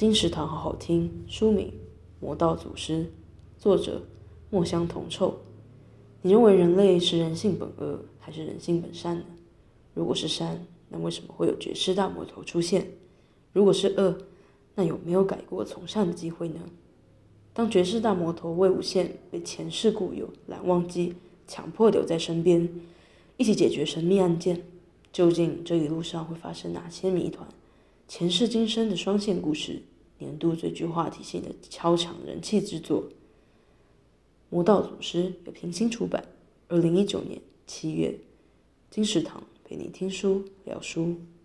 金石堂好好听，书名《魔道祖师》，作者墨香铜臭。你认为人类是人性本恶，还是人性本善呢？如果是善，那为什么会有绝世大魔头出现？如果是恶，那有没有改过从善的机会呢？当绝世大魔头魏无羡被前世故友蓝忘机强迫留在身边，一起解决神秘案件，究竟这一路上会发生哪些谜团？前世今生的双线故事，年度最具话题性的超强人气之作《魔道祖师》由平行出版，2019年7月。金石堂陪你听书聊书。